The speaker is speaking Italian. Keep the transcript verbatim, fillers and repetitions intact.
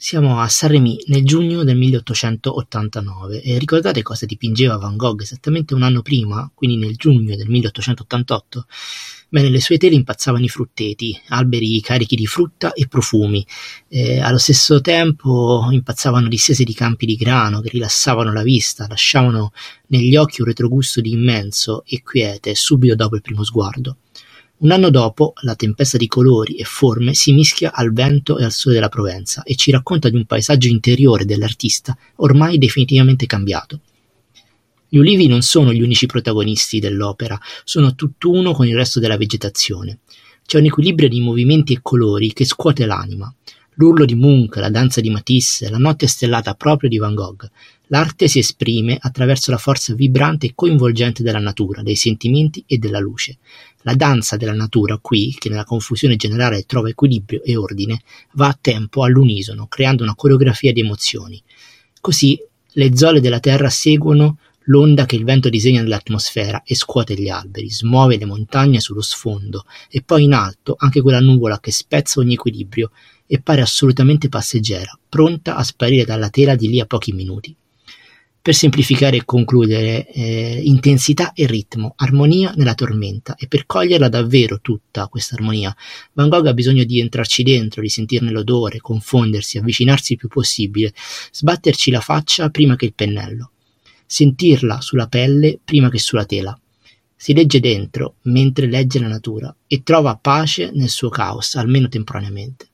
Siamo a Saint-Rémy nel giugno del milleottocentottantanove e ricordate cosa dipingeva Van Gogh esattamente un anno prima, quindi nel giugno del milleottocentottantotto? Beh, nelle sue tele impazzavano i frutteti, alberi carichi di frutta e profumi. Eh, allo stesso tempo impazzavano distese di campi di grano che rilassavano la vista, lasciavano negli occhi un retrogusto di immenso e quiete subito dopo il primo sguardo. Un anno dopo, la tempesta di colori e forme si mischia al vento e al sole della Provenza e ci racconta di un paesaggio interiore dell'artista ormai definitivamente cambiato. Gli ulivi non sono gli unici protagonisti dell'opera, sono tutt'uno con il resto della vegetazione. C'è un equilibrio di movimenti e colori che scuote l'anima. L'urlo di Munch, la danza di Matisse, la notte stellata proprio di Van Gogh. L'arte si esprime attraverso la forza vibrante e coinvolgente della natura, dei sentimenti e della luce. La danza della natura qui, che nella confusione generale trova equilibrio e ordine, va a tempo all'unisono, creando una coreografia di emozioni. Così le zolle della terra seguono l'onda che il vento disegna nell'atmosfera e scuote gli alberi, smuove le montagne sullo sfondo e poi in alto anche quella nuvola che spezza ogni equilibrio e pare assolutamente passeggera, pronta a sparire dalla tela di lì a pochi minuti. Per semplificare e concludere, eh, intensità e ritmo, armonia nella tormenta, e per coglierla davvero tutta questa armonia, Van Gogh ha bisogno di entrarci dentro, di sentirne l'odore, confondersi, avvicinarsi il più possibile, sbatterci la faccia prima che il pennello, sentirla sulla pelle prima che sulla tela. Si legge dentro mentre legge la natura e trova pace nel suo caos, almeno temporaneamente.